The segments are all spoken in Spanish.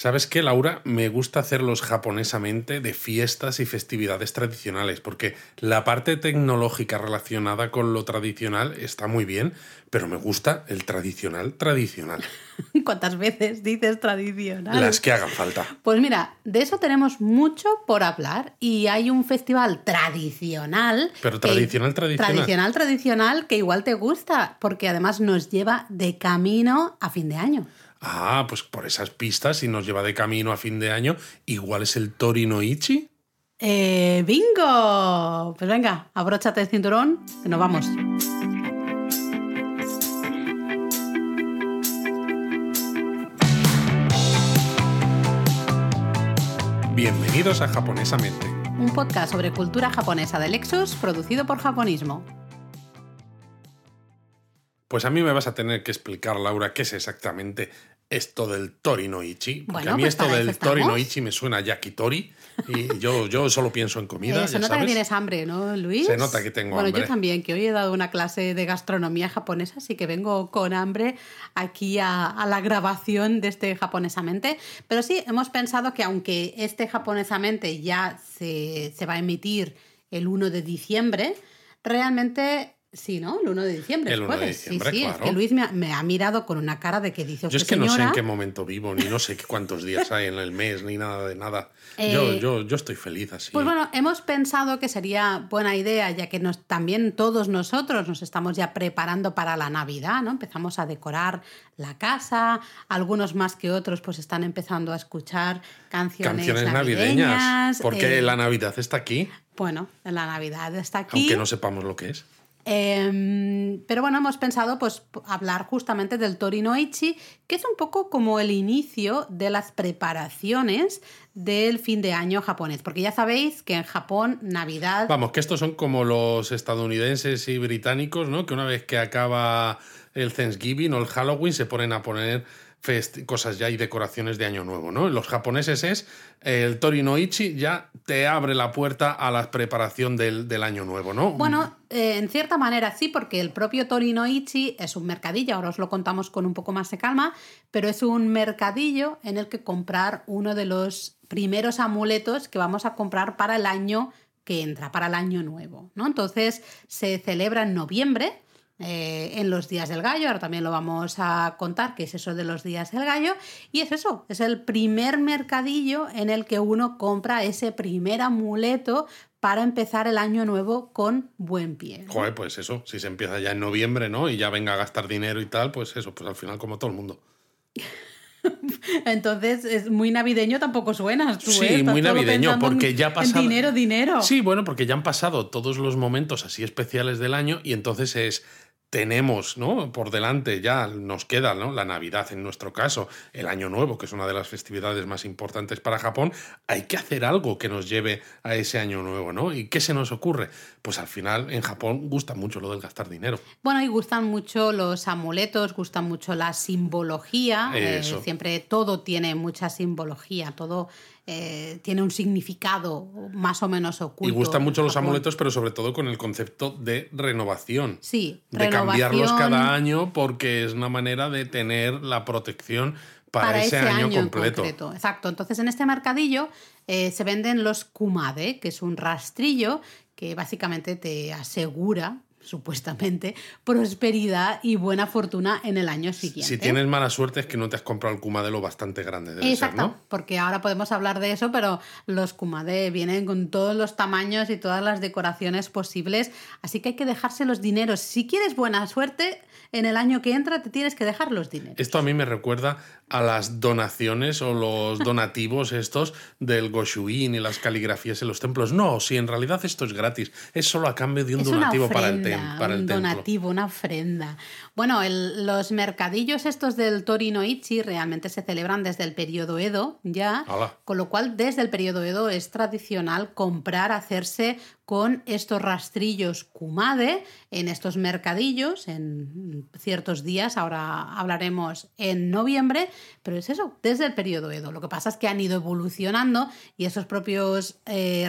¿Sabes qué, Laura? Me gusta hacerlos japonesamente de fiestas y festividades tradicionales, porque la parte tecnológica relacionada con lo tradicional está muy bien, pero me gusta el tradicional tradicional. ¿Cuántas veces dices tradicional? Las que hagan falta. Pues mira, de eso tenemos mucho por hablar y hay un festival tradicional. Pero tradicional. Tradicional que igual te gusta, porque además nos lleva de camino a fin de año. Ah, pues por esas pistas, si nos lleva de camino a fin de año, igual es el Torinoichi. ¡Bingo! Pues venga, abróchate el cinturón, que nos vamos. Bienvenidos a Japonesamente. Un podcast sobre cultura japonesa de Lexus, producido por Japonismo. Pues a mí me vas a tener que explicar, Laura, qué es exactamente esto del Torinoichi. Porque Bueno, a mí pues esto para del eso estamos. Torinoichi me suena a yakitori y yo solo pienso en comida, Se ya nota sabes. que tienes hambre, ¿no, Luis? Se nota que tengo hambre. hambre. Yo también, que hoy he dado una clase de gastronomía japonesa, así que vengo con hambre aquí a la grabación de este Japonesamente. Pero sí, hemos pensado que aunque este Japonesamente ya se va a emitir el 1 de diciembre, realmente... Sí, ¿no? El 1 de diciembre. El 1 de jueves. diciembre, sí, claro. Es que Luis me ha mirado con una cara de que dice Yo usted, es que señora... no sé en qué momento vivo, ni no sé cuántos días hay en el mes, ni nada de nada. Yo estoy feliz así. Pues bueno, hemos pensado que sería buena idea, ya que también todos nosotros nos estamos ya preparando para la Navidad, ¿no? Empezamos a decorar la casa, algunos más que otros pues están empezando a escuchar canciones navideñas. Porque la Navidad está aquí. Bueno, la Navidad está aquí. Aunque no sepamos lo que es. Pero bueno, hemos pensado pues hablar justamente del Torinoichi, que es un poco como el inicio de las preparaciones del fin de año japonés, porque ya sabéis que en Japón Navidad... Vamos, que estos son como los estadounidenses y británicos, ¿no? Que una vez que acaba el Thanksgiving o el Halloween se ponen a poner cosas ya y decoraciones de Año Nuevo, ¿no? Los japoneses es el Torinoichi ya te abre la puerta a la preparación del Año Nuevo, ¿no? Bueno, en cierta manera sí, porque el propio Torinoichi es un mercadillo, ahora os lo contamos con un poco más de calma, pero es un mercadillo en el que comprar uno de los primeros amuletos que vamos a comprar para el año que entra, para el Año Nuevo, ¿no? Entonces se celebra en noviembre, en los días del gallo, ahora también lo vamos a contar, qué es eso de los días del gallo, y es eso, es el primer mercadillo en el que uno compra ese primer amuleto para empezar el año nuevo con buen pie, ¿no? Joder, pues eso, si se empieza ya en noviembre, ¿no? Y ya venga a gastar dinero y tal, pues eso, pues al final como todo el mundo. Entonces, es muy navideño tampoco suenas tú, Sí, Estás muy solo navideño, pensando porque ya ha pasado... en dinero. Sí, bueno, porque ya han pasado todos los momentos así especiales del año y entonces tenemos, ¿no? Por delante ya nos queda, ¿no? La Navidad en nuestro caso, el Año Nuevo, que es una de las festividades más importantes para Japón. Hay que hacer algo que nos lleve a ese Año Nuevo, ¿no? ¿Y qué se nos ocurre? Pues al final en Japón gusta mucho lo del gastar dinero. Bueno, y gustan mucho los amuletos, gusta mucho la simbología. Siempre todo tiene mucha simbología, todo tiene un significado más o menos oculto. Y gustan mucho los amuletos, pero sobre todo con el concepto de renovación. Sí, de cambiarlos cada año porque es una manera de tener la protección para ese año completo. Exacto. Entonces, en este mercadillo se venden los kumade, que es un rastrillo que básicamente te asegura, supuestamente, prosperidad y buena fortuna en el año siguiente. Si tienes mala suerte es que no te has comprado el kumade lo bastante grande, debe ser, ¿no? Porque ahora podemos hablar de eso, pero los kumade vienen con todos los tamaños y todas las decoraciones posibles, así que hay que dejarse los dineros. Si quieres buena suerte, en el año que entra te tienes que dejar los dineros. Esto a mí me recuerda a las donaciones o los donativos estos del Goshuin y las caligrafías en los templos. No, si en realidad esto es gratis, es solo a cambio de un donativo para el templo. Un donativo, una ofrenda. Bueno, los mercadillos estos del Torinoichi realmente se celebran desde el periodo Edo ya, con lo cual desde el periodo Edo es tradicional comprar, hacerse con estos rastrillos kumade en estos mercadillos en ciertos días, ahora hablaremos en noviembre, pero es eso, desde el periodo Edo. Lo que pasa es que han ido evolucionando y esos propios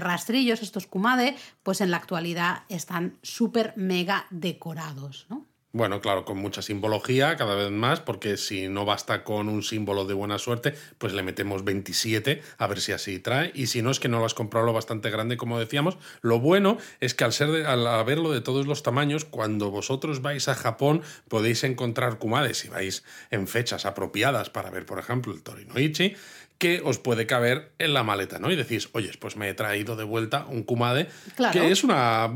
rastrillos, estos kumade, pues en la actualidad están súper mega decorados, ¿no? Bueno, claro, con mucha simbología, cada vez más, porque si no basta con un símbolo de buena suerte, pues le metemos 27, a ver si así trae. Y si no, es que no lo has comprado lo bastante grande, como decíamos. Lo bueno es que al haberlo de todos los tamaños, cuando vosotros vais a Japón, podéis encontrar kumades, si vais en fechas apropiadas para ver, por ejemplo, el Torinoichi, que os puede caber en la maleta, ¿no? Y decís, oye, pues me he traído de vuelta un kumade, Claro. que es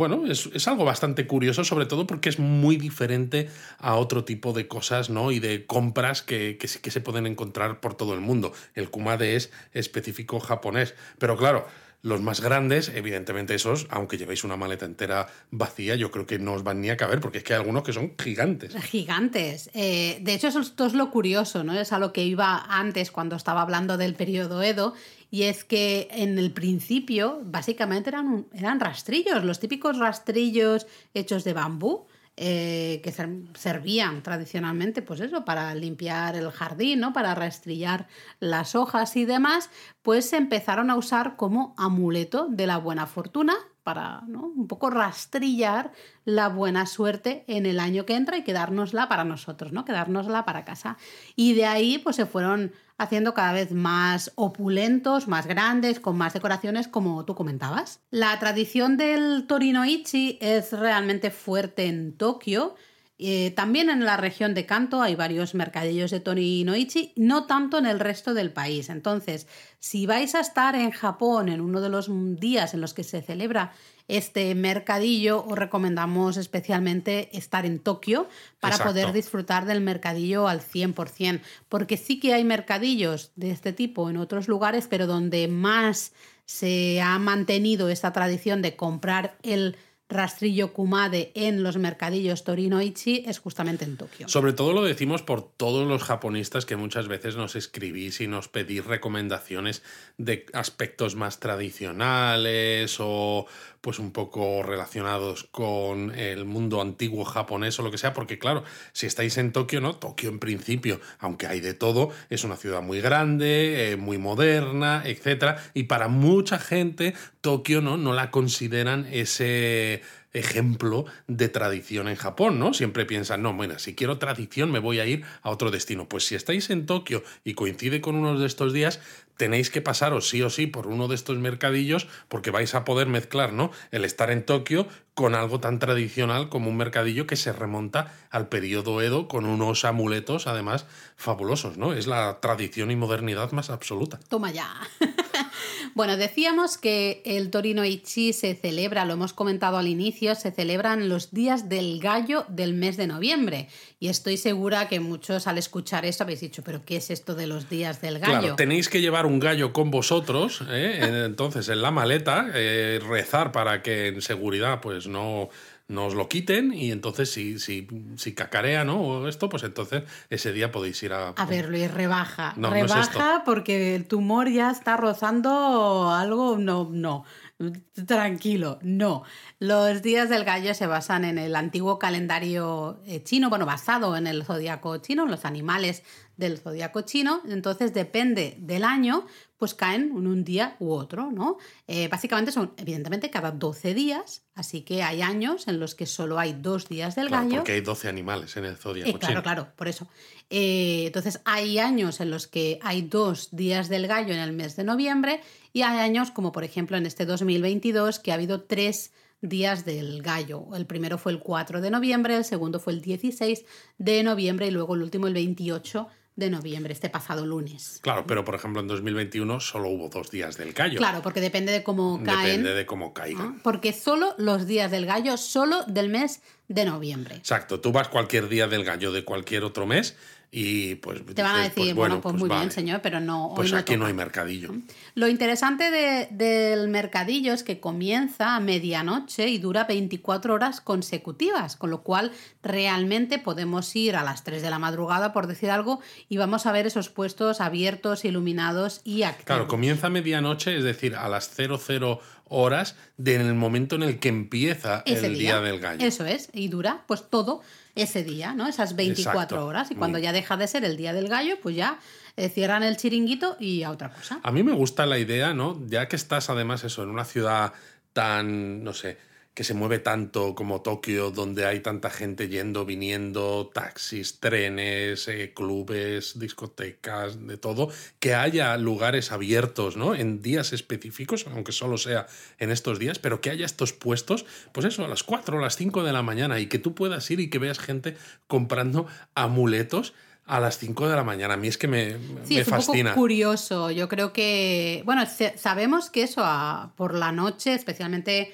es algo bastante curioso, sobre todo porque es muy diferente a otro tipo de cosas, ¿no? Y de compras que sí que se pueden encontrar por todo el mundo. El kumade es específico japonés. Pero claro, los más grandes, evidentemente esos, aunque llevéis una maleta entera vacía, yo creo que no os van ni a caber, porque es que hay algunos que son gigantes. Gigantes. De hecho, esto es lo curioso, ¿no? Es a lo que iba antes cuando estaba hablando del periodo Edo, y es que en el principio básicamente eran rastrillos, los típicos rastrillos hechos de bambú. Que servían tradicionalmente, pues eso, para limpiar el jardín, ¿no? Para rastrillar las hojas y demás, pues se empezaron a usar como amuleto de la buena fortuna para, ¿no? Un poco rastrillar la buena suerte en el año que entra y quedárnosla para nosotros, ¿no? Quedárnosla para casa. Y de ahí pues se fueron haciendo cada vez más opulentos, más grandes, con más decoraciones, como tú comentabas. La tradición del Torinoichi es realmente fuerte en Tokio. También en la región de Kanto hay varios mercadillos de Torinoichi, no tanto en el resto del país. Entonces, si vais a estar en Japón en uno de los días en los que se celebra este mercadillo, os recomendamos especialmente estar en Tokio para Exacto. poder disfrutar del mercadillo al 100%, porque sí que hay mercadillos de este tipo en otros lugares, pero donde más se ha mantenido esta tradición de comprar el rastrillo kumade en los mercadillos Torinoichi es justamente en Tokio. Sobre todo lo decimos por todos los japonistas que muchas veces nos escribís y nos pedís recomendaciones de aspectos más tradicionales o pues un poco relacionados con el mundo antiguo japonés o lo que sea, porque claro, si estáis en Tokio, ¿no? Tokio en principio, aunque hay de todo, es una ciudad muy grande, muy moderna, etcétera, y para mucha gente Tokio, ¿no? No la consideran ese ejemplo de tradición en Japón, ¿no? Siempre piensan, no, bueno, si quiero tradición me voy a ir a otro destino. Pues si estáis en Tokio y coincide con uno de estos días, tenéis que pasaros sí o sí por uno de estos mercadillos porque vais a poder mezclar, ¿no? El estar en Tokio con algo tan tradicional como un mercadillo que se remonta al periodo Edo con unos amuletos, además, fabulosos, ¿no? Es la tradición y modernidad más absoluta. Toma ya. Bueno, decíamos que el Torinoichi se celebra, lo hemos comentado al inicio, se celebran los días del gallo del mes de noviembre. Y estoy segura que muchos al escuchar esto habéis dicho, ¿pero qué es esto de los días del gallo? Claro, tenéis que llevar un gallo con vosotros, entonces en la maleta, rezar para que en seguridad pues no os lo quiten y entonces si cacarea, ¿no? O esto, pues entonces ese día podéis ir a verlo y rebaja. No, rebaja no es esto. porque el tumor ya está rozando algo. No. Tranquilo, no. Los días del gallo se basan en el antiguo calendario chino, bueno, basado en el zodiaco chino, en los animales del zodiaco chino. Entonces depende del año, pues caen en un día u otro, ¿no? Básicamente son, evidentemente, cada 12 días, así que hay años en los que solo hay 2 días del Claro, gallo. porque hay 12 animales en el zodiaco chino. Claro, por eso. Entonces hay años en los que hay 2 días del gallo en el mes de noviembre y hay años como por ejemplo en este 2022 que ha habido 3 días del gallo. El primero fue el 4 de noviembre, el segundo fue el 16 de noviembre y luego el último el 28 de noviembre, este pasado lunes. Claro, pero por ejemplo en 2021 solo hubo 2 días del gallo. Claro, porque depende de cómo caen. Depende de cómo caigan. ¿No? Porque solo los días del gallo, solo del mes de noviembre. Exacto, tú vas cualquier día del gallo de cualquier otro mes y pues te van a decir, pues muy vale. Bien, señor, pero no. Pues hoy aquí toca. no hay mercadillo. Lo interesante del mercadillo es que comienza a medianoche y dura 24 horas consecutivas, con lo cual realmente podemos ir a las 3 de la madrugada, por decir algo, y vamos a ver esos puestos abiertos, iluminados y activos. Claro, comienza a medianoche, es decir, a las 00 horas del momento en el que empieza el día del gallo. Eso es, y dura pues todo ese día, ¿no? Esas 24 Exacto. horas. Y cuando ya deja de ser el día del gallo, pues ya cierran el chiringuito y a otra cosa. A mí me gusta la idea, ¿no? Ya que estás además eso en una ciudad tan, no sé, que se mueve tanto como Tokio, donde hay tanta gente yendo, viniendo, taxis, trenes, clubes, discotecas, de todo, que haya lugares abiertos, ¿no? En días específicos, aunque solo sea en estos días, pero que haya estos puestos, pues eso, a las 4 o las 5 de la mañana y que tú puedas ir y que veas gente comprando amuletos a las 5 de la mañana. A mí es que me es fascina. Un poco curioso. Yo creo que, bueno, sabemos que eso por la noche, especialmente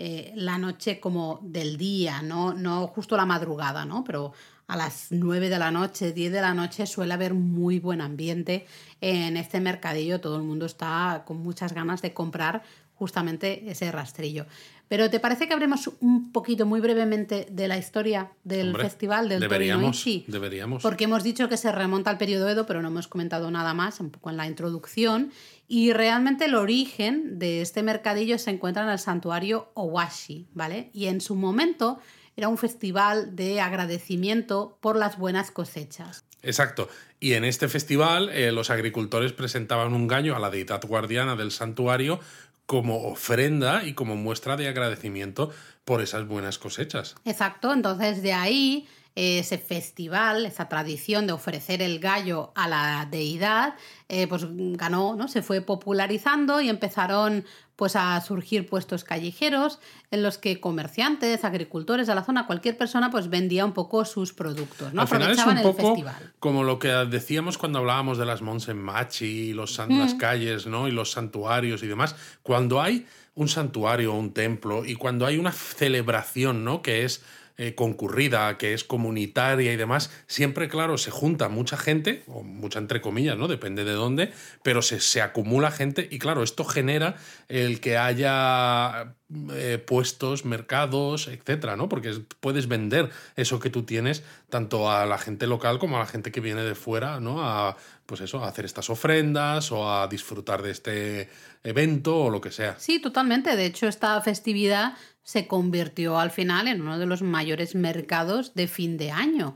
la noche como del día, no justo la madrugada, ¿no? Pero a las 9 de la noche, 10 de la noche suele haber muy buen ambiente en este mercadillo. Todo el mundo está con muchas ganas de comprar justamente ese rastrillo. Pero ¿te parece que hablemos un poquito, muy brevemente, de la historia del festival del Torino Ichi? Deberíamos. Porque hemos dicho que se remonta al periodo Edo, pero no hemos comentado nada más, un poco en la introducción. Y realmente el origen de este mercadillo se encuentra en el santuario Owashi, ¿vale? Y en su momento era un festival de agradecimiento por las buenas cosechas. Exacto. Y en este festival los agricultores presentaban un gallo a la deidad guardiana del santuario como ofrenda y como muestra de agradecimiento por esas buenas cosechas. Exacto, entonces de ahí ese festival, esa tradición de ofrecer el gallo a la deidad, pues ganó, ¿no? Se fue popularizando y empezaron pues a surgir puestos callejeros en los que comerciantes, agricultores de la zona, cualquier persona pues vendía un poco sus productos, ¿no? Al final Aprovechaban es un el poco festival. como lo que decíamos cuando hablábamos de las Monsenmachi y las calles, ¿no? Y los santuarios y demás. Cuando hay un santuario o un templo y cuando hay una celebración, ¿no? Que es concurrida, que es comunitaria y demás, siempre, claro, se junta mucha gente, o mucha entre comillas, ¿no? Depende de dónde, pero se acumula gente y, claro, esto genera el que haya puestos, mercados, etcétera, ¿no? Porque puedes vender eso que tú tienes tanto a la gente local como a la gente que viene de fuera, ¿no? A, pues eso, a hacer estas ofrendas o a disfrutar de este evento o lo que sea. Sí, totalmente. De hecho, esta festividad se convirtió al final en uno de los mayores mercados de fin de año.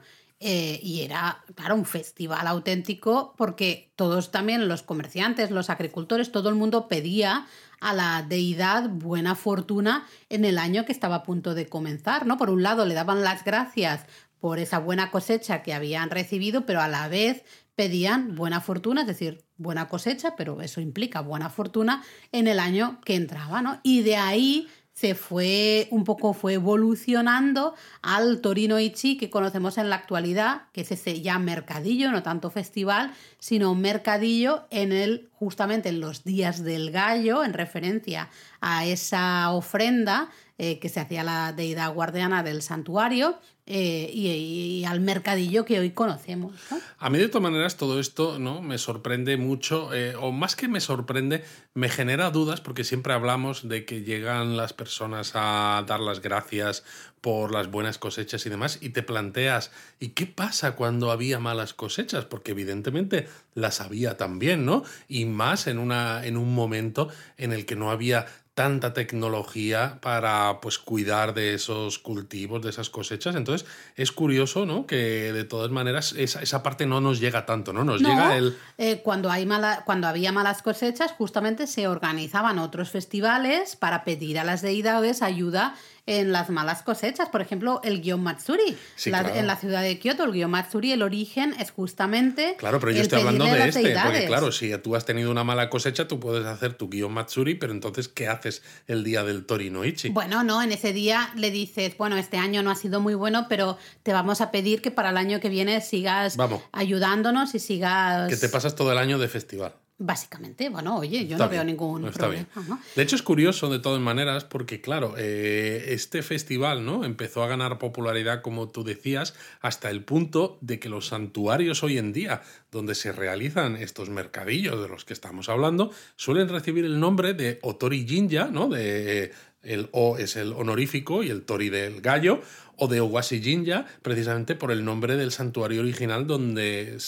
Y era, claro, un festival auténtico porque todos también, los comerciantes, los agricultores, todo el mundo pedía a la deidad buena fortuna en el año que estaba a punto de comenzar, ¿no? Por un lado le daban las gracias por esa buena cosecha que habían recibido, pero a la vez pedían buena fortuna, es decir, buena cosecha, pero eso implica buena fortuna en el año que entraba, ¿no? Y de ahí fue evolucionando al Torino Ichi que conocemos en la actualidad, que es ese ya mercadillo, no tanto festival, sino un mercadillo justamente en los días del gallo, en referencia a esa ofrenda que se hacía a la deidad guardiana del santuario, y al mercadillo que hoy conocemos, ¿no? A mí, de todas maneras, todo esto, ¿no? Me sorprende mucho, o más que me sorprende, me genera dudas, porque siempre hablamos de que llegan las personas a dar las gracias por las buenas cosechas y demás, y te planteas, ¿y qué pasa cuando había malas cosechas? Porque evidentemente las había también, ¿no? Y más en un momento en el que no había tanta tecnología para pues cuidar de esos cultivos, de esas cosechas. Entonces es curioso, ¿no? Que de todas maneras esa parte no nos llega tanto, ¿no? Llega el... Cuando había malas cosechas, justamente se organizaban otros festivales para pedir a las deidades ayuda en las malas cosechas. Por ejemplo, el Gion Matsuri. Sí, claro. En la ciudad de Kioto, el Gion Matsuri, el origen es justamente... Claro, pero yo estoy hablando de porque claro, si tú has tenido una mala cosecha, tú puedes hacer tu Gion Matsuri, pero entonces, ¿qué haces el día del Torino Ichi? Bueno, no, en ese día le dices, bueno, este año no ha sido muy bueno, pero te vamos a pedir que para el año que viene sigas ayudándonos y sigas... Que te pasas todo el año de festival. Básicamente, bueno, oye, yo no veo ningún problema, ¿no? De hecho, es curioso de todas maneras porque, claro, este festival, ¿no? Empezó a ganar popularidad, como tú decías, hasta el punto de que los santuarios hoy en día, donde se realizan estos mercadillos de los que estamos hablando, suelen recibir el nombre de Otori Jinja, ¿no? El O es el honorífico y el Tori del gallo, o de Owashi Jinja, precisamente por el nombre del santuario original donde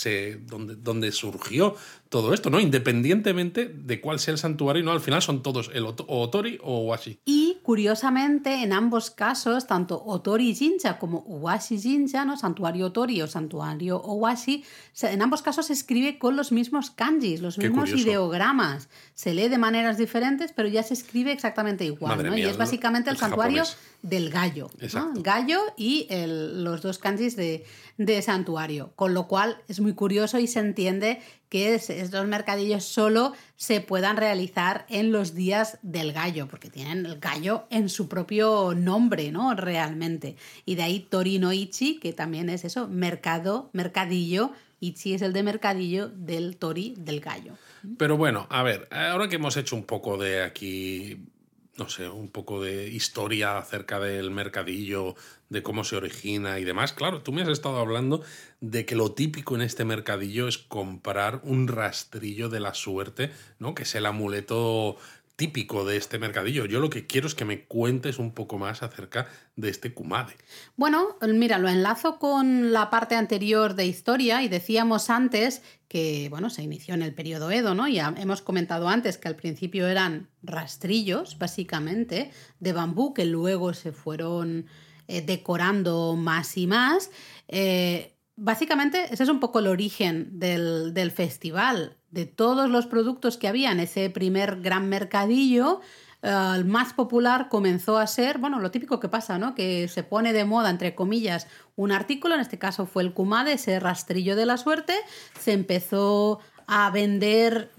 surgió todo esto, ¿no? Independientemente de cuál sea el santuario, ¿no? Al final son todos el Otori o Owashi. Y curiosamente, en ambos casos, tanto Otori Jinja como Owashi Jinja, ¿no? Santuario Otori o Santuario Owashi, en ambos casos se escribe con los mismos kanjis, los mismos ideogramas. Se lee de maneras diferentes, pero ya se escribe exactamente igual. Madre ¿no? mía, y es básicamente el santuario japonés del gallo. Exacto. ¿no? Gallo y los dos kanjis de santuario. Con lo cual es muy curioso y se entiende que estos mercadillos solo se puedan realizar en los días del gallo, porque tienen el gallo en su propio nombre, ¿no? Realmente. Y de ahí Tori no Ichi, que también es eso, mercadillo. Ichi es el de mercadillo del tori, del gallo. Pero bueno, a ver, ahora que hemos hecho un poco de aquí, no sé, un poco de historia acerca del mercadillo, de cómo se origina y demás, claro, tú me has estado hablando de que lo típico en este mercadillo es comprar un rastrillo de la suerte, ¿no? Que es el amuleto típico de este mercadillo. Yo lo que quiero es que me cuentes un poco más acerca de este kumade. Bueno, mira, lo enlazo con la parte anterior de historia y decíamos antes que, bueno, se inició en el periodo Edo, ¿no? Ya hemos comentado antes que al principio eran rastrillos, básicamente, de bambú que luego se fueron decorando más y más. Básicamente, ese es un poco el origen del festival. De todos los productos que había en ese primer gran mercadillo, el más popular comenzó a ser, bueno, lo típico que pasa, ¿no? Que se pone de moda, entre comillas, un artículo, en este caso fue el kumade, ese rastrillo de la suerte, se empezó a vender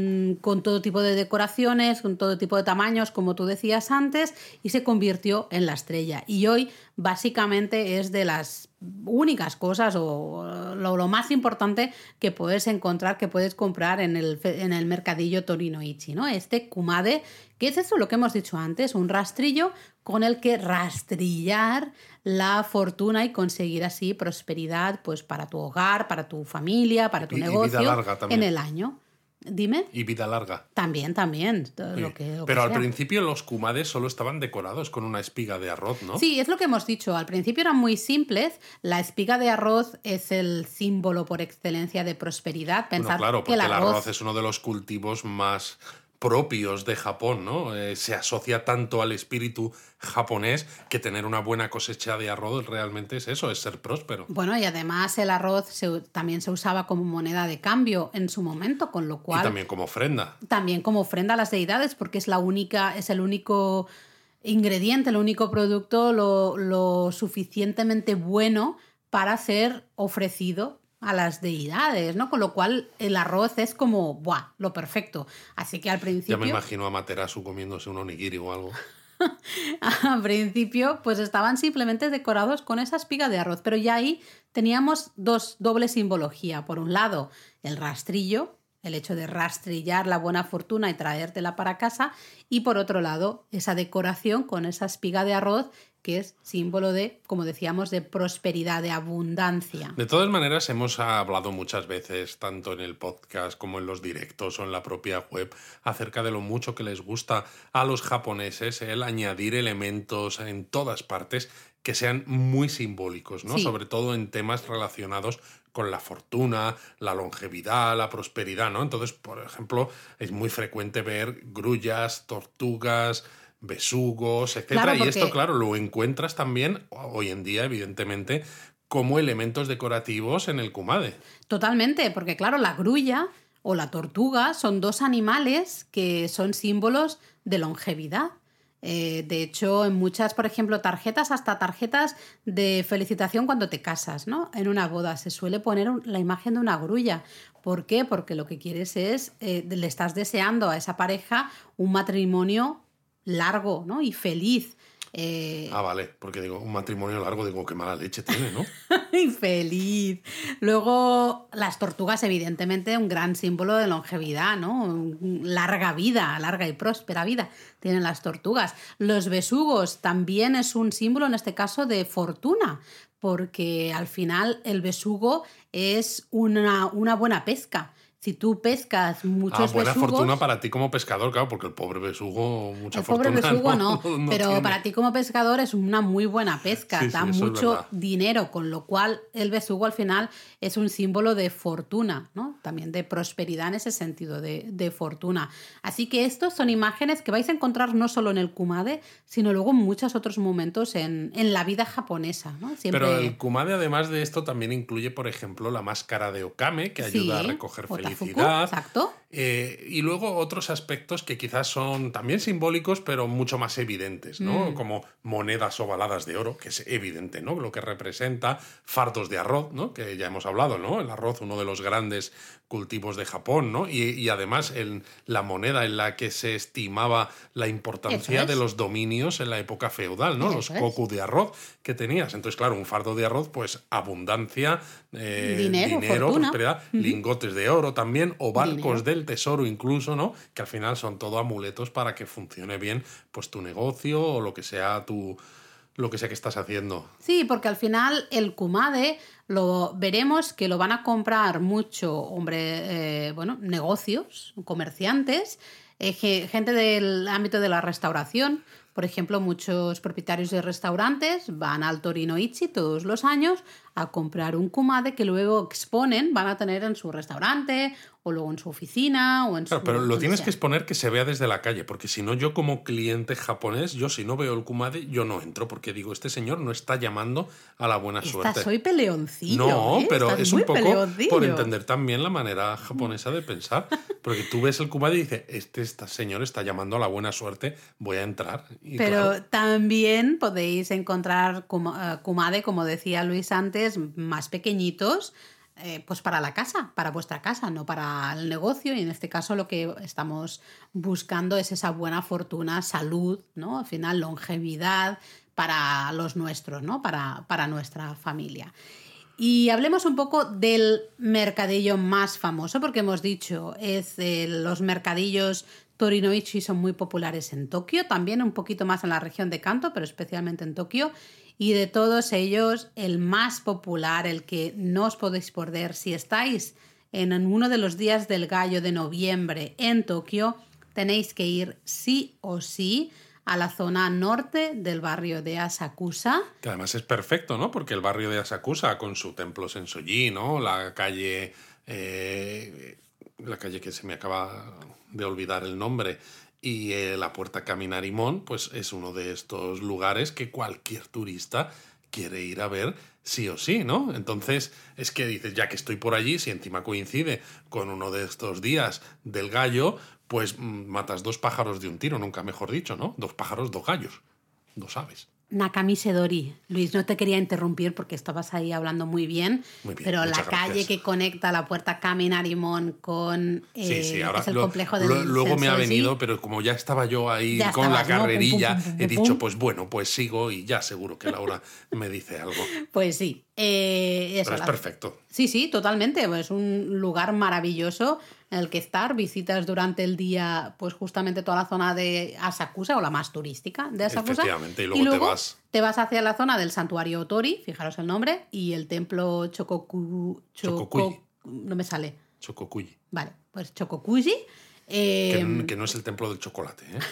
con todo tipo de decoraciones, con todo tipo de tamaños, como tú decías antes, y se convirtió en la estrella. Y hoy básicamente es de las únicas cosas o lo más importante que puedes encontrar, que puedes comprar en el mercadillo Tori no Ichi, ¿no? Este kumade, que es eso lo que hemos dicho antes, un rastrillo con el que rastrillar la fortuna y conseguir así prosperidad pues para tu hogar, para tu familia, para tu negocio vida larga también. En el año. Dime. Y vida larga. También. Sí. Lo que Pero al sea. principio los kumades solo estaban decorados con una espiga de arroz, ¿no? Sí, es lo que hemos dicho. Al principio eran muy simples. La espiga de arroz es el símbolo por excelencia de prosperidad. Pensar Bueno, claro, que porque el arroz es uno de los cultivos más propios de Japón, ¿no? Se asocia tanto al espíritu japonés que tener una buena cosecha de arroz realmente es eso, es ser próspero. Bueno, y además el arroz también se usaba como moneda de cambio en su momento, con lo cual... Y también como ofrenda. También como ofrenda a las deidades, porque es el único ingrediente, el único producto lo suficientemente bueno para ser ofrecido a las deidades, ¿no? Con lo cual el arroz es como, ¡buah!, lo perfecto. Así que al principio... Ya me imagino a Materasu comiéndose un onigiri o algo. Al principio, pues estaban simplemente decorados con esa espiga de arroz, pero ya ahí teníamos doble simbología. Por un lado, el rastrillo, el hecho de rastrillar la buena fortuna y traértela para casa, y por otro lado, esa decoración con esa espiga de arroz, que es símbolo de, como decíamos, de prosperidad, de abundancia. De todas maneras, hemos hablado muchas veces, tanto en el podcast como en los directos o en la propia web, acerca de lo mucho que les gusta a los japoneses el añadir elementos en todas partes que sean muy simbólicos, ¿no? Sí. Sobre todo en temas relacionados con la fortuna, la longevidad, la prosperidad, ¿no? Entonces, por ejemplo, es muy frecuente ver grullas, tortugas, besugos, etcétera. Claro, Y porque... esto, claro, lo encuentras también hoy en día, evidentemente, como elementos decorativos en el kumade. Totalmente, porque claro, la grulla o la tortuga son dos animales que son símbolos de longevidad. De hecho, en muchas, por ejemplo, tarjetas, hasta tarjetas de felicitación cuando te casas, ¿no? En una boda se suele poner la imagen de una grulla. ¿Por qué? Porque lo que quieres es, le estás deseando a esa pareja un matrimonio largo, ¿no? Y feliz. Vale, porque digo, un matrimonio largo, digo, qué mala leche tiene, ¿no? Y feliz. Luego, las tortugas, evidentemente, un gran símbolo de longevidad, ¿no? Larga vida, larga y próspera vida tienen las tortugas. Los besugos también es un símbolo, en este caso, de fortuna, porque al final el besugo es una buena pesca. Si tú pescas muchos buena besugos... fortuna para ti como pescador, claro, porque el pobre besugo, mucha fortuna. El pobre besugo no, pero tiene. para ti como pescador es una muy buena pesca, Sí, da eso es mucho verdad. dinero, con lo cual el besugo al final es un símbolo de fortuna, ¿no? También de prosperidad en ese sentido, de fortuna. Así que estos son imágenes que vais a encontrar no solo en el kumade, sino luego en muchos otros momentos en la vida japonesa, ¿no? Siempre... Pero el kumade, además de esto, también incluye, por ejemplo, la máscara de Okame, que ayuda a recoger otafuku, felicidad. exacto. Y luego otros aspectos que quizás son también simbólicos, pero mucho más evidentes, ¿no? Como monedas ovaladas de oro, que es evidente, ¿no? Lo que representa, fardos de arroz, ¿no? Que ya hemos hablado, ¿no? El arroz, uno de los grandes cultivos de Japón, ¿no? Y además la moneda en la que se estimaba la importancia de los dominios en la época feudal, ¿no? Los koku de arroz que tenías. Entonces, claro, un fardo de arroz, pues abundancia, dinero prosperidad, lingotes de oro también, o barcos del tesoro incluso, ¿no? Que al final son todo amuletos para que funcione bien pues tu negocio o lo que sea lo que sea que estás haciendo. Sí, porque al final el kumade lo veremos que lo van a comprar mucho, negocios, comerciantes, gente del ámbito de la restauración. Por ejemplo, muchos propietarios de restaurantes van al Torinoichi todos los años a comprar un kumade que luego exponen, van a tener en su restaurante o luego en su oficina o en Claro, su... pero lo donde tienes sea. que exponer que se vea desde la calle, porque si no, yo como cliente japonés, yo si no veo el kumade, yo no entro, porque digo, este señor no está llamando a la buena suerte. Soy peleoncillo. No, pero Estás es muy un poco peleoncillo. por entender también la manera japonesa de pensar, porque tú ves el kumade y dices, este señor está llamando a la buena suerte, voy a entrar. Y pero claro, también podéis encontrar kumade, como decía Luis antes, más pequeñitos, pues para la casa, para vuestra casa, no para el negocio. Y en este caso lo que estamos buscando es esa buena fortuna, salud, ¿no? Al final, longevidad para los nuestros, ¿no? Para nuestra familia. Y hablemos un poco del mercadillo más famoso, porque hemos dicho, los mercadillos Torinoichi son muy populares en Tokio, también un poquito más en la región de Kanto, pero especialmente en Tokio. Y de todos ellos, el más popular, el que no os podéis perder si estáis en uno de los días del gallo de noviembre en Tokio, tenéis que ir sí o sí a la zona norte del barrio de Asakusa. que además es perfecto, ¿no? Porque el barrio de Asakusa, con su templo Sensoji, ¿no? La calle que se me acaba de olvidar el nombre, y la puerta Kaminarimon, pues es uno de estos lugares que cualquier turista quiere ir a ver sí o sí, ¿no? Entonces es que dices, ya que estoy por allí, si encima coincide con uno de estos días del gallo, pues matas dos pájaros de un tiro, nunca mejor dicho, ¿no? Dos pájaros, dos gallos, dos aves. Nakamise Dori. Luis, no te quería interrumpir porque estabas ahí hablando muy bien, pero la calle que conecta la puerta Kaminarimon con ahora es el complejo del luego me ha Sensoji. venido, pero como ya estaba yo ahí Ya con la estabas, ¿no? carrerilla, Pum, pum, pum, pum, he pum. dicho, pues bueno, pues sigo y ya seguro que Laura me dice algo. Pues sí. Eso, Pero es perfecto. Sí, totalmente. Es un lugar maravilloso en el que estar. Visitas durante el día, pues justamente toda la zona de Asakusa, o la más turística de Asakusa. Efectivamente, y luego te vas hacia la zona del santuario Otori, fijaros el nombre, y el templo Chokokuji. No me sale. Chokokuji. Vale, pues Chokokuji. Que no es el templo del chocolate, ¿eh?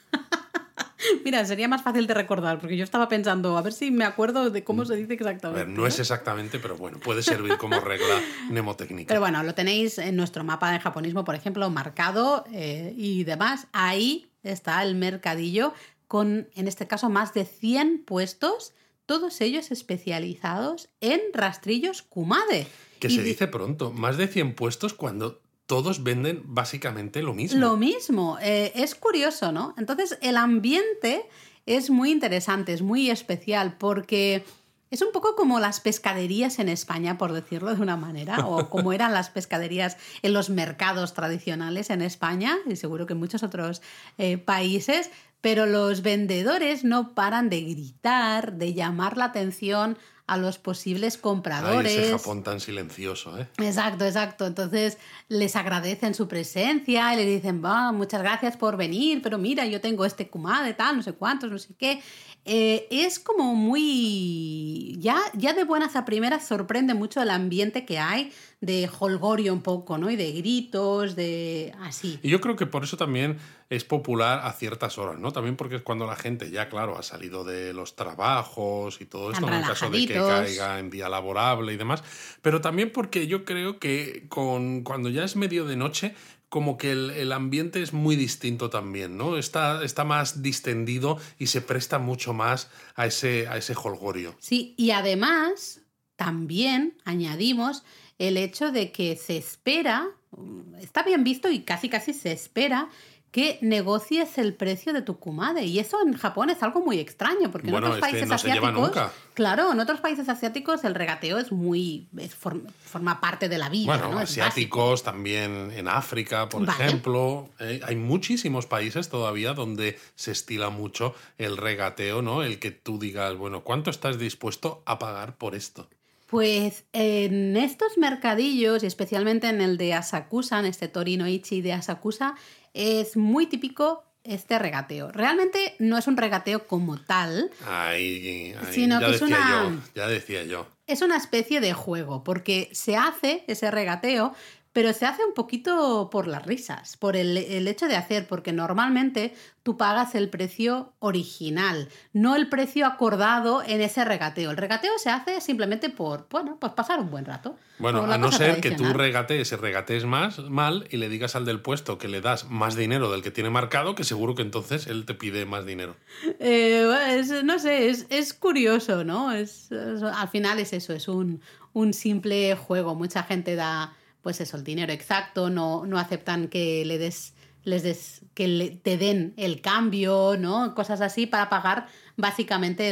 Mira, sería más fácil de recordar, porque yo estaba pensando, a ver si me acuerdo de cómo se dice A exactamente. ver, no es exactamente, pero bueno, puede servir como regla mnemotécnica. Pero bueno, lo tenéis en nuestro mapa de japonismo, por ejemplo, marcado y demás. Ahí está el mercadillo con, en este caso, más de 100 puestos, todos ellos especializados en rastrillos kumade. Que se dice pronto, más de 100 puestos cuando todos venden básicamente lo mismo. Lo mismo. Es curioso, ¿no? Entonces, el ambiente es muy interesante, es muy especial, porque es un poco como las pescaderías en España, por decirlo de una manera, o como eran las pescaderías en los mercados tradicionales en España, y seguro que en muchos otros países, pero los vendedores no paran de gritar, de llamar la atención a los posibles compradores. Ay, ese Japón tan silencioso, ¿eh? Exacto. Entonces les agradecen su presencia y le dicen, muchas gracias por venir, pero mira, yo tengo este kumade, tal, no sé cuántos, no sé qué. Es como muy... Ya de buenas a primeras sorprende mucho el ambiente que hay de jolgorio un poco, ¿no? Y de gritos, de... así. Y yo creo que por eso también es popular a ciertas horas, ¿no? También porque es cuando la gente ya, claro, ha salido de los trabajos y todo esto, en el caso de que caiga en día laborable y demás. Pero también porque yo creo que cuando ya es medio de noche, como que el ambiente es muy distinto también, ¿no? Está más distendido y se presta mucho más a ese jolgorio. Sí, y además también añadimos el hecho de que se espera, está bien visto y casi se espera que negocies el precio de tu kumade. Y eso en Japón es algo muy extraño, porque en otros países no asiáticos... se lleva nunca. Claro, en otros países asiáticos el regateo es forma parte de la vida. Bueno, ¿no? asiáticos, también en África, por ejemplo. Hay muchísimos países todavía donde se estila mucho el regateo, ¿no? El que tú digas, bueno, ¿cuánto estás dispuesto a pagar por esto? Pues en estos mercadillos, y especialmente en el de Asakusa, en este Torinoichi de Asakusa, es muy típico este regateo. Realmente no es un regateo como tal, sino que es ya decía yo. Es una especie de juego, porque se hace ese regateo, pero se hace un poquito por las risas, por el hecho de hacer, porque normalmente tú pagas el precio original, no el precio acordado en ese regateo. El regateo se hace simplemente por, bueno, pues pasar un buen rato. Bueno, a no ser que tú regatees más mal y le digas al del puesto que le das más dinero del que tiene marcado, que seguro que entonces él te pide más dinero. No sé, es curioso, ¿no? Al final es eso, es un simple juego. Mucha gente da... pues eso, el dinero exacto, no aceptan que te den el cambio, ¿no? Cosas así para pagar básicamente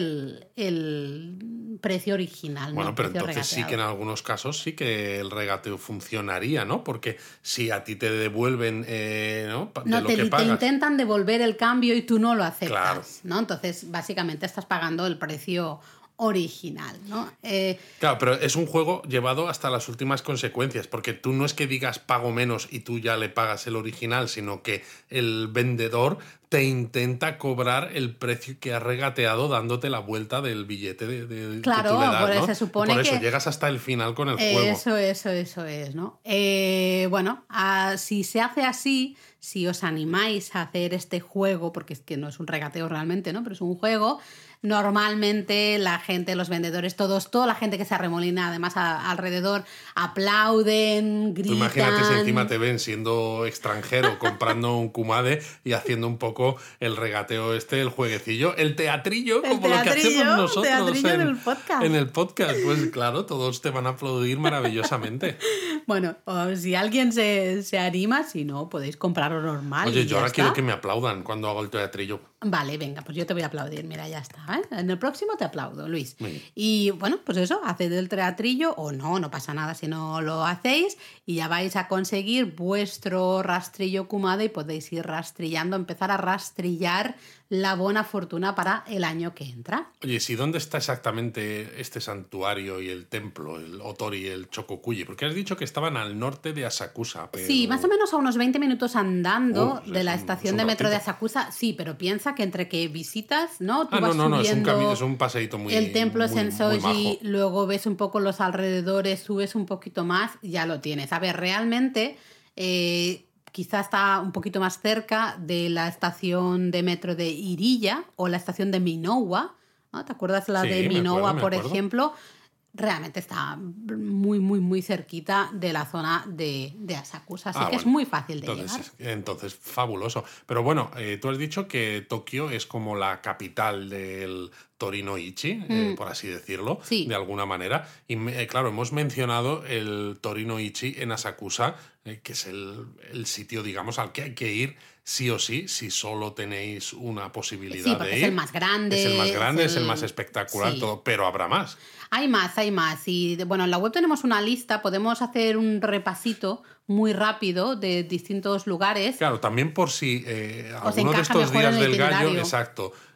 el precio original. Bueno, ¿no? pero entonces sí que en algunos casos sí que el regateo funcionaría, ¿no? Porque si a ti te devuelven, ¿no? De lo que pagas. Te intentan devolver el cambio y tú no lo aceptas, claro. ¿no? Entonces, básicamente estás pagando el precio original, ¿no? Claro, pero es un juego llevado hasta las últimas consecuencias, porque tú no es que digas pago menos y tú ya le pagas el original, sino que el vendedor te intenta cobrar el precio que has regateado dándote la vuelta del billete claro, que tú le das, ¿no? Se supone por eso que llegas hasta el final con el juego. Eso es, ¿no? Bueno, si se hace así, si os animáis a hacer este juego, porque es que no es un regateo realmente, ¿no? Pero es un juego... Normalmente la gente, los vendedores, toda la gente que se arremolina además alrededor, aplauden, gritan... Tú imagínate si encima te ven siendo extranjero, comprando un kumade y haciendo un poco el regateo el jueguecillo, el teatrillo, como lo que hacemos nosotros en el podcast. Pues claro, todos te van a aplaudir maravillosamente. Bueno, si alguien se anima, si no, podéis comprarlo normal. Oye, yo ahora quiero que me aplaudan cuando hago el teatrillo. Vale, venga, pues yo te voy a aplaudir. Mira, ya está. En el próximo te aplaudo, Luis. Y bueno, pues eso, haced el teatrillo o no pasa nada si no lo hacéis y ya vais a conseguir vuestro rastrillo kumade y podéis ir rastrillando, empezar a rastrillar la buena fortuna para el año que entra. Oye, ¿sí dónde está exactamente este santuario y el templo, el Otori y el Chokokuji? Porque has dicho que estaban al norte de Asakusa. Pero... Sí, más o menos a unos 20 minutos andando de la estación de metro de Asakusa. Sí, pero piensa que entre que visitas, ¿no? Tú vas subiendo es un paseíto muy... El templo Sensoji, muy luego ves un poco los alrededores, subes un poquito más, ya lo tienes. A ver, realmente... quizá está un poquito más cerca de la estación de metro de Iriya o la estación de Minowa, ¿no? ¿Te acuerdas la de Minowa, por ejemplo? Realmente está muy, muy, muy cerquita de la zona de Asakusa, así que es muy fácil de llegar. Entonces, fabuloso. Pero bueno, tú has dicho que Tokio es como la capital del Torinoichi, por así decirlo, de alguna manera. Y claro, hemos mencionado el Torinoichi en Asakusa, que es el sitio, digamos, al que hay que ir sí o sí, si solo tenéis una posibilidad de ir. Es el más grande. Es el más grande, es el más espectacular, todo, pero habrá más. Hay más. Y bueno, en la web tenemos una lista, podemos hacer un repasito muy rápido de distintos lugares. Claro, también por si alguno de estos días del gallo, exacto,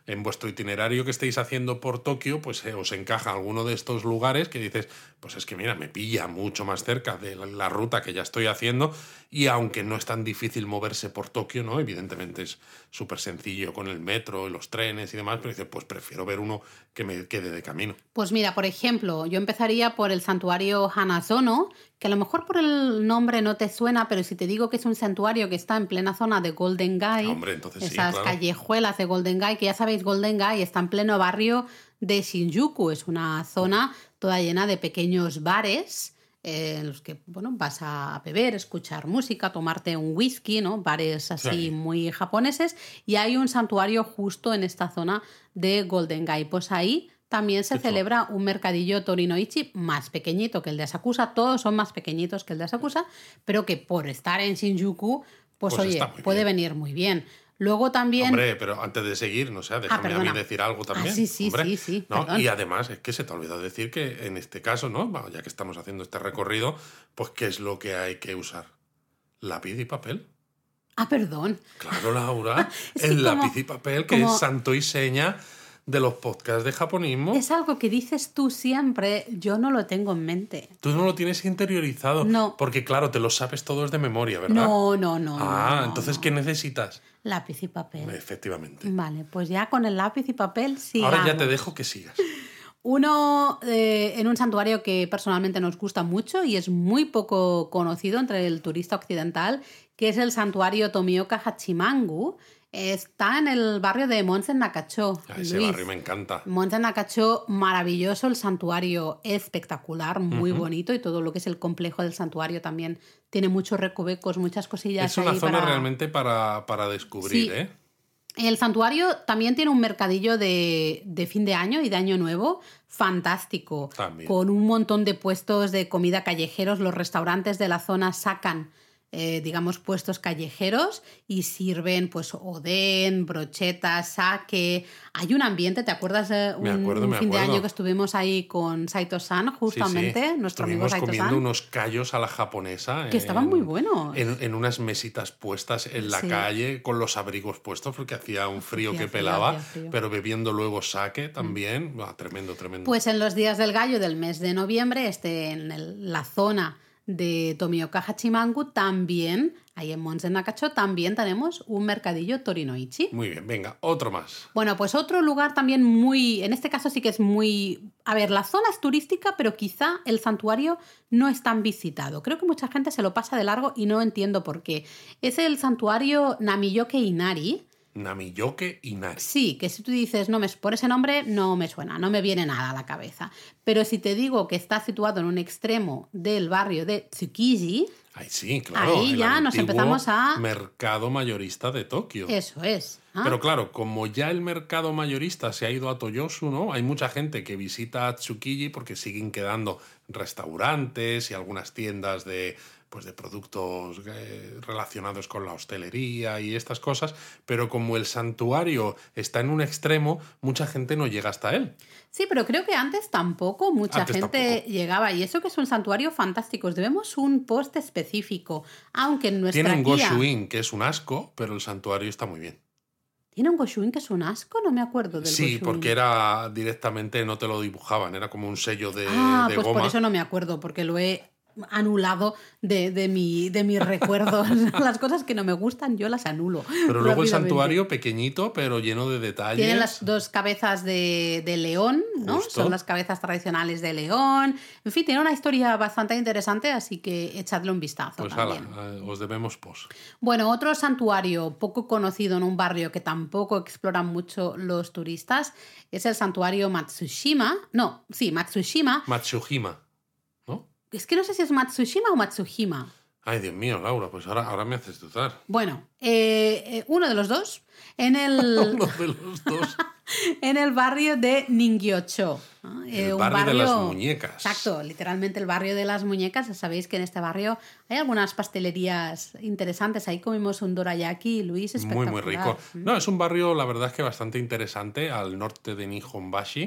en vuestro itinerario que estéis haciendo por Tokio, pues os encaja alguno de estos lugares que dices, pues es que mira, me pilla mucho más cerca de la ruta que ya estoy haciendo, y aunque no es tan difícil moverse por Tokio, ¿no? Evidentemente es súper sencillo con el metro y los trenes y demás, pero dices, pues prefiero ver uno que me quede de camino. Pues mira, por ejemplo, yo empezaría por el santuario Hanazono, que a lo mejor por el nombre no te suena, pero si te digo que es un santuario que está en plena zona de Golden Gai, Hombre, entonces sí, esas claro. callejuelas de Golden Gai, que ya sabéis, Golden Gai está en pleno barrio de Shinjuku, es una zona toda llena de pequeños bares en los que bueno, vas a beber, escuchar música, tomarte un whisky, ¿no? Bares así Sí. muy japoneses, y hay un santuario justo en esta zona de Golden Gai. Pues ahí también se Qué celebra un mercadillo Torinoichi más pequeñito que el de Asakusa, todos son más pequeñitos que el de Asakusa, pero que por estar en Shinjuku, pues oye, está muy puede bien. venir muy bien. Luego también... Hombre, pero antes de seguir, no sé, déjame a mí perdona. decir algo también. Sí, hombre, sí, ¿no? perdón. Y además, es que se te ha olvidado decir que en este caso, ¿no? Bueno, ya que estamos haciendo este recorrido, pues ¿qué es lo que hay que usar? Lápiz y papel. Perdón. Claro, Laura, Es que el como- lápiz y papel, que como- es santo y seña de los podcasts de japonismo. Es algo que dices tú siempre, yo no lo tengo en mente. Tú no lo tienes interiorizado. No. Porque, claro, te lo sabes todos de memoria, ¿verdad? No. Entonces, no. ¿qué necesitas? Lápiz y papel. Efectivamente. Vale, pues ya con el lápiz y papel sí. Ahora ya te dejo que sigas. Uno en un santuario que personalmente nos gusta mucho y es muy poco conocido entre el turista occidental, que es el santuario Tomioka Hachimangu. Está en el barrio de Monsen Nakacho. Ese Luis. barrio me encanta. Monsen Nakacho, maravilloso, el santuario espectacular, muy bonito, y todo lo que es el complejo del santuario también tiene muchos recovecos, muchas cosillas. Es una ahí zona para... realmente para descubrir, Sí. ¿eh? El santuario también tiene un mercadillo de fin de año y de año nuevo fantástico, También. con un montón de puestos de comida callejeros. Los restaurantes de la zona sacan, digamos, puestos callejeros y sirven pues oden, brochetas, sake. Hay un ambiente, ¿te acuerdas de Me acuerdo, un fin de acuerdo. año que estuvimos ahí con Saito-san, justamente, Sí. nuestro amigo Estuvimos comiendo Saito-san? unos callos a la japonesa. Que estaban muy buenos. En unas mesitas puestas en la Sí. calle, con los abrigos puestos, porque hacía un frío Hacía que frío, pelaba, hacía frío. pero bebiendo luego sake también. Tremendo, tremendo. Pues en los días del gallo del mes de noviembre, la zona de Tomioka Hachimangu también, ahí en Monsen Nakacho, también tenemos un mercadillo Torinoichi. Muy bien, venga, otro más. Bueno, pues otro lugar también muy, en este caso sí que es muy... A ver, la zona es turística, pero quizá el santuario no es tan visitado. Creo que mucha gente se lo pasa de largo y no entiendo por qué. Es el santuario Namiyoke Inari. Namiyoke Inari. Sí, que si tú dices, por ese nombre no me suena, no me viene nada a la cabeza. Pero si te digo que está situado en un extremo del barrio de Tsukiji, Ay, sí, claro. Ahí el ya nos antiguo empezamos a... mercado mayorista de Tokio. eso es. Pero claro, como ya el mercado mayorista se ha ido a Toyosu, ¿no? Hay mucha gente que visita Tsukiji porque siguen quedando restaurantes y algunas tiendas de productos relacionados con la hostelería y estas cosas, pero como el santuario está en un extremo, mucha gente no llega hasta él. Sí, pero creo que antes tampoco mucha Antes gente tampoco. llegaba. Y eso que es un santuario fantástico. Os debemos un post específico. Aunque en nuestra Tiene un guía... Goshuin, que es un asco, pero el santuario está muy bien. ¿Tiene un Goshuin que es un asco? No me acuerdo del Sí, Goshuin. porque era directamente, no te lo dibujaban, era como un sello de pues goma. por eso no me acuerdo, porque lo he anulado de mis recuerdos. Las cosas que no me gustan yo las anulo. Pero luego el rápidamente. santuario pequeñito, pero lleno de detalles. Tienen las dos cabezas de león, ¿no? Justo. Son las cabezas tradicionales de león. En fin, tiene una historia bastante interesante, así que echadle un vistazo Pues también. os debemos pos. Bueno, otro santuario poco conocido en un barrio que tampoco exploran mucho los turistas es el santuario Matsushima. No, sí, Matsushima. Matsuhima, ¿no? Es que no sé si es Matsushima o Matsuhima. Ay, Dios mío, Laura, pues ahora me haces dudar. Bueno, uno de los dos. En el, Uno de los dos. en el barrio de Ningyocho. ¿no? El Un barrio de las muñecas. Exacto, literalmente el barrio de las muñecas. Ya sabéis que en este barrio hay algunas pastelerías interesantes. Ahí comimos un dorayaki, Luis, Muy, espectacular. muy rico. No, es un barrio, la verdad es que bastante interesante, al norte de Nihonbashi,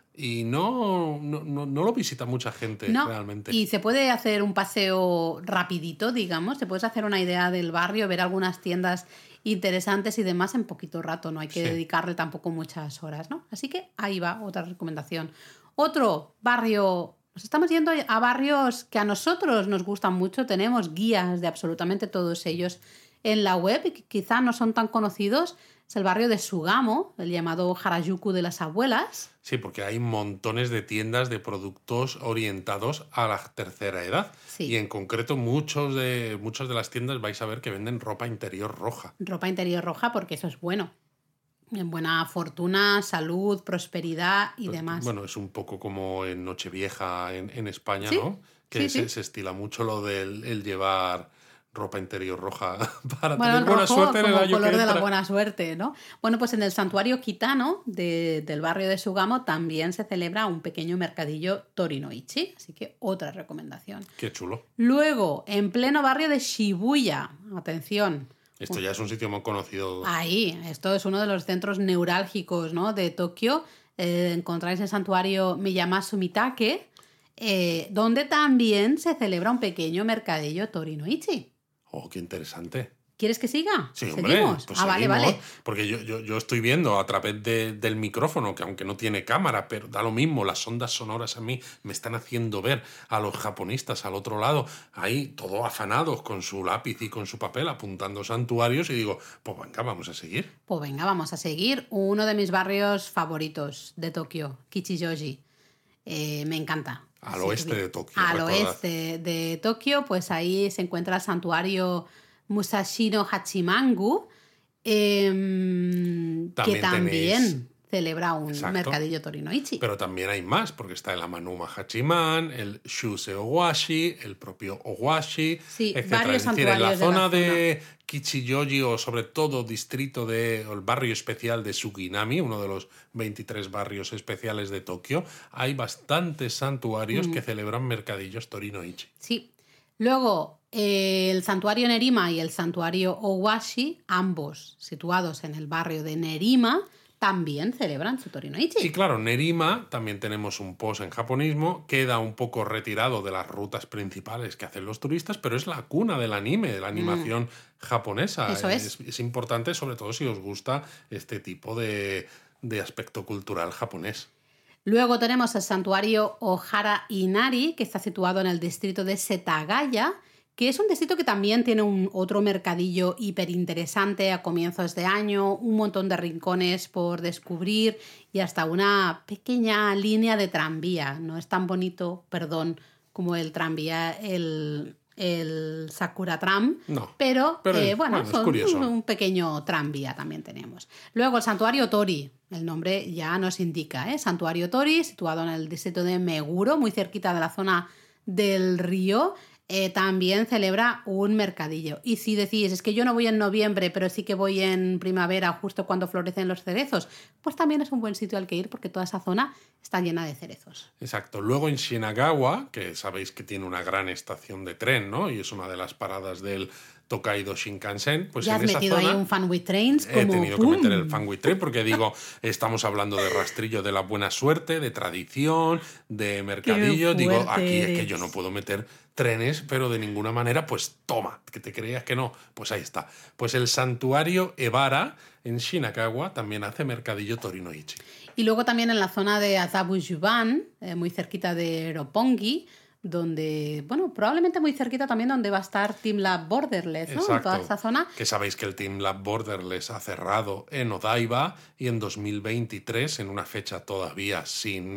y no lo visita mucha gente No, realmente. y se puede hacer un paseo rapidito, digamos, te puedes hacer una idea del barrio, ver algunas tiendas interesantes y demás en poquito rato, no hay que dedicarle tampoco muchas horas, ¿no? Así que ahí va otra recomendación. Otro barrio, nos estamos yendo a barrios que a nosotros nos gustan mucho, tenemos guías de absolutamente todos ellos en la web y que quizá no son tan conocidos. Es el barrio de Sugamo, el llamado Harajuku de las abuelas. Sí, porque hay montones de tiendas de productos orientados a la tercera edad. Sí. Y en concreto muchas de las tiendas vais a ver que venden ropa interior roja. Ropa interior roja porque eso es bueno. En buena fortuna, salud, prosperidad y demás. Bueno, es un poco como en Nochevieja en España, ¿Sí? ¿no? Que Sí. se estila mucho lo del el llevar ropa interior roja para Bueno, tener buena suerte en el como año color que de entra. la buena suerte, ¿no? Bueno, pues en el santuario Kitano del barrio de Sugamo también se celebra un pequeño mercadillo Torinoichi, así que otra recomendación. Qué chulo. Luego, en pleno barrio de Shibuya, atención. Esto ya es un sitio muy conocido. Ahí, esto es uno de los centros neurálgicos, ¿no?, de Tokio. Encontráis el santuario Miyamasu Mitake, donde también se celebra un pequeño mercadillo Torinoichi. Oh, qué interesante. ¿Quieres que siga? Sí, hombre. ¿Seguimos? Pues Vale, seguimos, vale. Porque yo estoy viendo a través del micrófono, que aunque no tiene cámara, pero da lo mismo, las ondas sonoras a mí me están haciendo ver a los japonistas al otro lado, ahí todos afanados con su lápiz y con su papel apuntando santuarios y digo, pues venga, vamos a seguir. Pues venga, vamos a seguir. Uno de mis barrios favoritos de Tokio, Kichijoji. Me encanta. Al oeste de Tokio. Al recordad. oeste de Tokio, pues ahí se encuentra el santuario Musashino Hachimangu, que también celebra un Exacto. mercadillo Torinoichi. Pero también hay más, porque está el Amanuma Hachiman, el Shuse Owashi, el propio Owashi, Sí, etc. varios Es decir, en la santuarios de la zona de Kichijoji, o sobre todo distrito o el barrio especial de Suginami, uno de los 23 barrios especiales de Tokio, hay bastantes santuarios que celebran mercadillos Torinoichi. Sí. Luego, el santuario Nerima y el santuario Owashi, ambos situados en el barrio de Nerima, también celebran su Torinoichi. Y claro, Nerima, también tenemos un post en japonismo, queda un poco retirado de las rutas principales que hacen los turistas, pero es la cuna del anime, de la animación japonesa. Eso es. Es importante, sobre todo si os gusta este tipo de aspecto cultural japonés. Luego tenemos el santuario Ohara Inari, que está situado en el distrito de Setagaya, que es un distrito que también tiene otro mercadillo hiper interesante a comienzos de año, un montón de rincones por descubrir y hasta una pequeña línea de tranvía. No es tan bonito, perdón, como el tranvía, el Sakura Tram, No, pero bueno, es curioso. un pequeño tranvía también tenemos. Luego el santuario Tori, el nombre ya nos indica, Santuario Tori, situado en el distrito de Meguro, muy cerquita de la zona del río. También celebra un mercadillo. Y si decís, es que yo no voy en noviembre, pero sí que voy en primavera, justo cuando florecen los cerezos, pues también es un buen sitio al que ir porque toda esa zona está llena de cerezos. Exacto. Luego en Shinagawa, que sabéis que tiene una gran estación de tren, ¿no? Y es una de las paradas del Tokaido Shinkansen, pues ya en has esa metido zona ahí un Fan with Trains como he tenido ¡pum! que meter el Fan with Train porque digo, estamos hablando de rastrillo de la buena suerte, de tradición, de mercadillo. Qué Digo, fuerte aquí es que eres. yo no puedo meter trenes, pero de ninguna manera, pues toma, que te creas que no. Pues ahí está. Pues el santuario Ebara en Shinagawa también hace mercadillo Torinoichi. Y luego también en la zona de Azabu-Juban, muy cerquita de Roppongi, donde, bueno, probablemente muy cerquita también donde va a estar Team Lab Borderless, ¿no? Exacto. En toda esta zona. Que sabéis que el Team Lab Borderless ha cerrado en Odaiba y en 2023, en una fecha todavía sin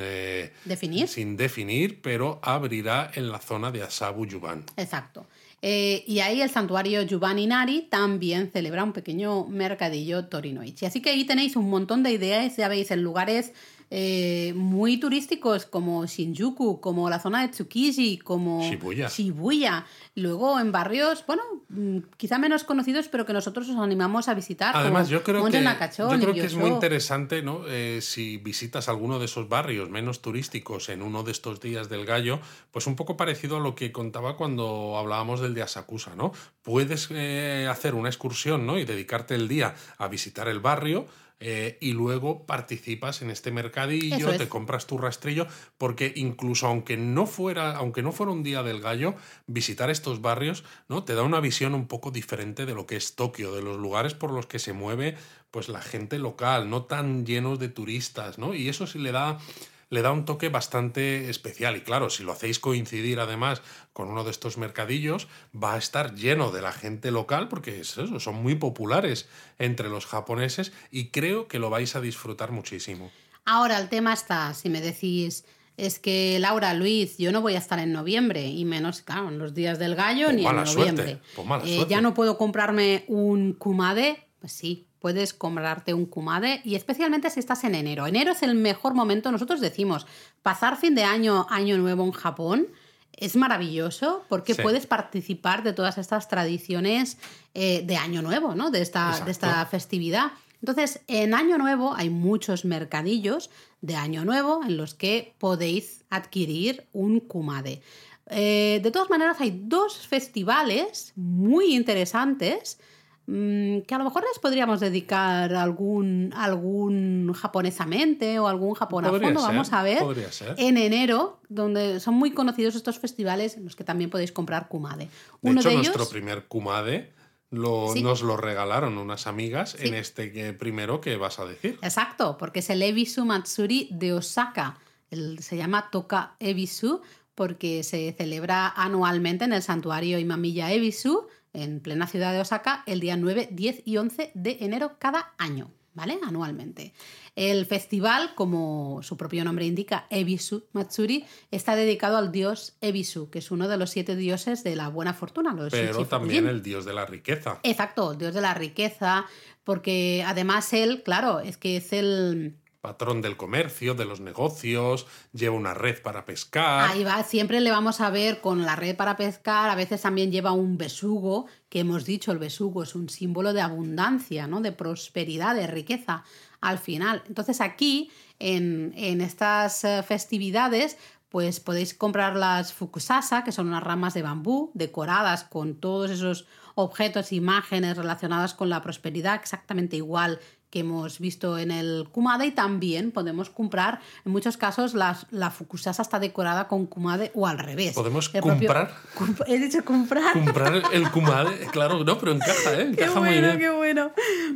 definir, pero abrirá en la zona de Asabu-Juban. Exacto. Y ahí el santuario Juban Inari también celebra un pequeño mercadillo Torinoichi. Así que ahí tenéis un montón de ideas, ya veis, en lugares muy turísticos como Shinjuku, como la zona de Tsukiji, como Shibuya. Luego en barrios, bueno, quizá menos conocidos, pero que nosotros os animamos a visitar. Además, como yo creo Monte que es muy interesante, ¿no? Si visitas alguno de esos barrios menos turísticos en uno de estos días del Gallo, pues un poco parecido a lo que contaba cuando hablábamos del de Asakusa, ¿no? Puedes hacer una excursión, ¿no? Y dedicarte el día a visitar el barrio, y luego participas en este mercadillo, te compras tu rastrillo, porque incluso aunque no fuera un día del gallo, visitar estos barrios, ¿no? Te da una visión un poco diferente de lo que es Tokio, de los lugares por los que se mueve pues la gente local, no tan llenos de turistas, ¿no? Y eso sí le da un toque bastante especial. Y claro, si lo hacéis coincidir además con uno de estos mercadillos, va a estar lleno de la gente local, porque es eso, son muy populares entre los japoneses, y creo que lo vais a disfrutar muchísimo. Ahora el tema está, si me decís, es que Laura, Luis, yo no voy a estar en noviembre, y menos, claro, en los días del gallo Pues ni en noviembre. Suerte. Pues mala suerte. Ya no puedo comprarme un kumade, pues sí. Puedes comprarte un kumade, y especialmente si estás en enero. Enero es el mejor momento. Nosotros decimos, pasar fin de año, año nuevo en Japón es maravilloso porque puedes participar de todas estas tradiciones de año nuevo, ¿no? De esta festividad. Entonces, en año nuevo hay muchos mercadillos de año nuevo en los que podéis adquirir un kumade. De todas maneras, hay 2 festivales muy interesantes que a lo mejor les podríamos dedicar algún japonesamente o algún Japón a fondo, vamos a ver, en enero, donde son muy conocidos estos festivales en los que también podéis comprar kumade. De hecho, nuestro primer kumade nos lo regalaron unas amigas en este primero que vas a decir. Exacto, porque es el Ebisu Matsuri de Osaka. Se llama Toka Ebisu porque se celebra anualmente en el santuario Imamiya Ebisu, en plena ciudad de Osaka, el día 9, 10 y 11 de enero cada año, ¿vale? Anualmente. El festival, como su propio nombre indica, Ebisu Matsuri, está dedicado al dios Ebisu, que es uno de los 7 dioses de la buena fortuna. Pero también el dios de la riqueza. Exacto, el dios de la riqueza, porque además él, claro, es que es el patrón del comercio, de los negocios, lleva una red para pescar. Ahí va, siempre le vamos a ver con la red para pescar, a veces también lleva un besugo, que hemos dicho, el besugo es un símbolo de abundancia, ¿no? De prosperidad, de riqueza al final. Entonces aquí, en estas festividades, pues podéis comprar las fukusasa, que son unas ramas de bambú decoradas con todos esos objetos, imágenes relacionadas con la prosperidad, exactamente igual que hemos visto en el kumade, y también podemos comprar, en muchos casos, la fukusasa está decorada con kumade o al revés. ¿Podemos comprar? He dicho comprar. Comprar el kumade, claro, no, pero encaja, ¿eh? Encaja muy bien. Qué bueno.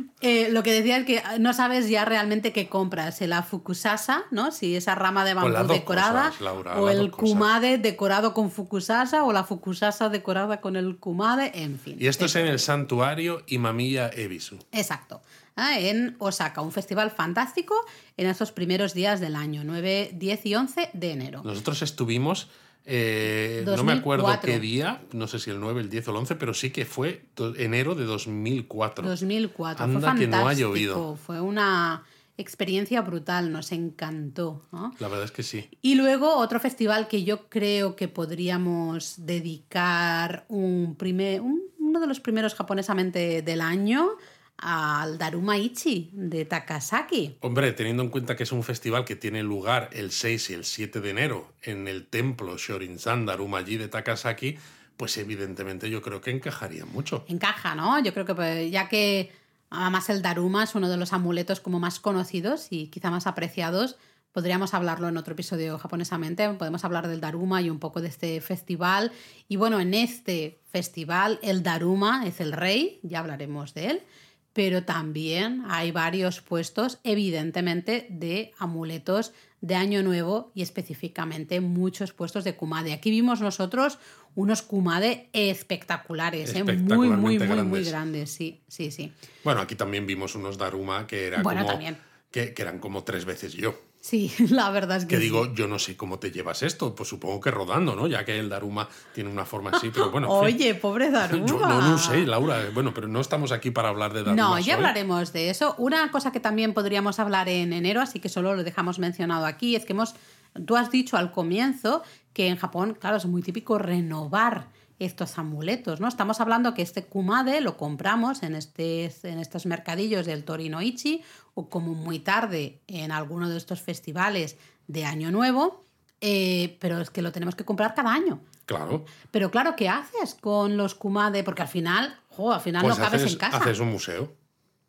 Lo que decía es que no sabes ya realmente qué compras, la fukusasa, ¿no? Si esa rama de bambú decorada, cosas, Laura, o el kumade decorado con fukusasa, o la fukusasa decorada con el kumade, en fin. Y esto es en el santuario Imamiya Ebisu. Exacto. En Osaka, un festival fantástico en esos primeros días del año, 9, 10 y 11 de enero. Nosotros estuvimos, no me acuerdo qué día, no sé si el 9, el 10 o el 11, pero sí que fue enero de 2004. 2004, Anda, fue fantástico. Que no ha llovido. Fue una experiencia brutal, nos encantó, ¿no? La verdad es que sí. Y luego otro festival que yo creo que podríamos dedicar uno de los primeros japonesamente del año, al Daruma Ichi de Takasaki. Hombre, teniendo en cuenta que es un festival que tiene lugar el 6 y el 7 de enero en el templo Shorinzan Darumaji de Takasaki, pues evidentemente yo creo que encajaría mucho. Encaja, ¿no? Yo creo que pues, ya que además el Daruma es uno de los amuletos como más conocidos y quizá más apreciados, podríamos hablarlo en otro episodio japonesamente, podemos hablar del Daruma y un poco de este festival. Y bueno, en este festival el Daruma es el rey, ya hablaremos de él, pero también hay varios puestos, evidentemente, de amuletos de Año Nuevo y específicamente muchos puestos de kumade. Aquí vimos nosotros unos kumade espectaculares, muy grandes, sí. Bueno, aquí también vimos unos Daruma que eran como 3 veces yo. Sí, la verdad es que digo, yo no sé cómo te llevas esto, pues supongo que rodando, ¿no? Ya que el Daruma tiene una forma así, pero bueno. Oye, pobre Daruma. Yo no sé, Laura. Bueno, pero no estamos aquí para hablar de Daruma. No, ya hablaremos de eso. Una cosa que también podríamos hablar en enero, así que solo lo dejamos mencionado aquí, es que tú has dicho al comienzo que en Japón, claro, es muy típico renovar estos amuletos, ¿no? Estamos hablando que este kumade lo compramos en estos mercadillos del Torinoichi o como muy tarde en alguno de estos festivales de Año Nuevo, pero es que lo tenemos que comprar cada año. Claro. Pero claro, ¿qué haces con los kumade? Porque al final pues no cabes en casa. Haces un museo.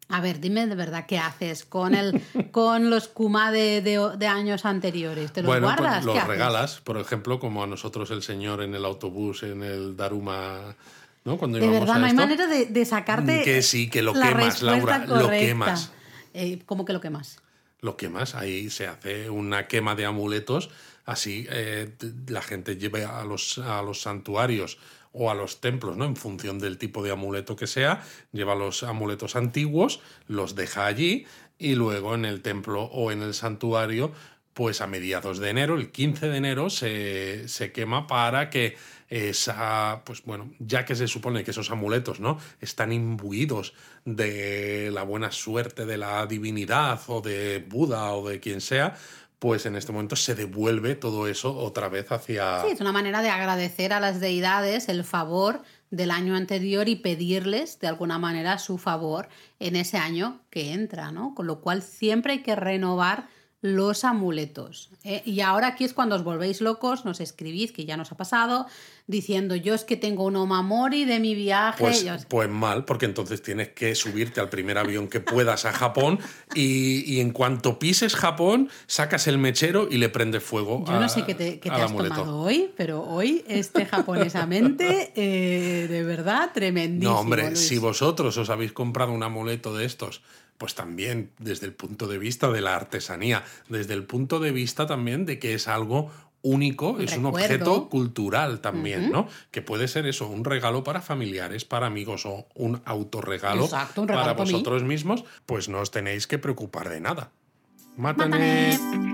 A ver, dime de verdad qué haces con los Kuma de años anteriores. ¿Te los guardas? Pues los ¿Qué haces? regalas, por ejemplo, como a nosotros el señor en el autobús, en el Daruma, ¿no? Cuando De íbamos verdad, a no hay esto, manera de sacarte que sí, que lo la quemas, Laura, respuesta lo correcta. quemas. ¿Cómo que lo quemas? Lo quemas, ahí se hace una quema de amuletos, así la gente lleva a los santuarios o a los templos, ¿no? En función del tipo de amuleto que sea, lleva los amuletos antiguos, los deja allí y luego en el templo o en el santuario, pues a mediados de enero, el 15 de enero, se quema para que pues bueno, ya que se supone que esos amuletos, ¿no? Están imbuidos de la buena suerte de la divinidad o de Buda o de quien sea, pues en este momento se devuelve todo eso otra vez hacia... Sí, es una manera de agradecer a las deidades el favor del año anterior y pedirles de alguna manera su favor en ese año que entra, ¿no? Con lo cual siempre hay que renovar los amuletos. Y ahora aquí es cuando os volvéis locos, nos escribís, que ya nos ha pasado, diciendo yo es que tengo un omamori de mi viaje. Pues mal, porque entonces tienes que subirte al primer avión que puedas a Japón y en cuanto pises Japón, sacas el mechero y le prendes fuego. Yo no sé qué te has tomado hoy, pero hoy japonesamente, de verdad, tremendísimo. No, hombre, Luis. Si vosotros os habéis comprado un amuleto de estos, pues también desde el punto de vista de la artesanía, desde el punto de vista también de que es algo único, es un objeto cultural también, ¿no? Que puede ser eso, un regalo para familiares, para amigos o un autorregalo Exacto, un regalo para para mí. vosotros mismos, pues no os tenéis que preocupar de nada. ¡Mátane!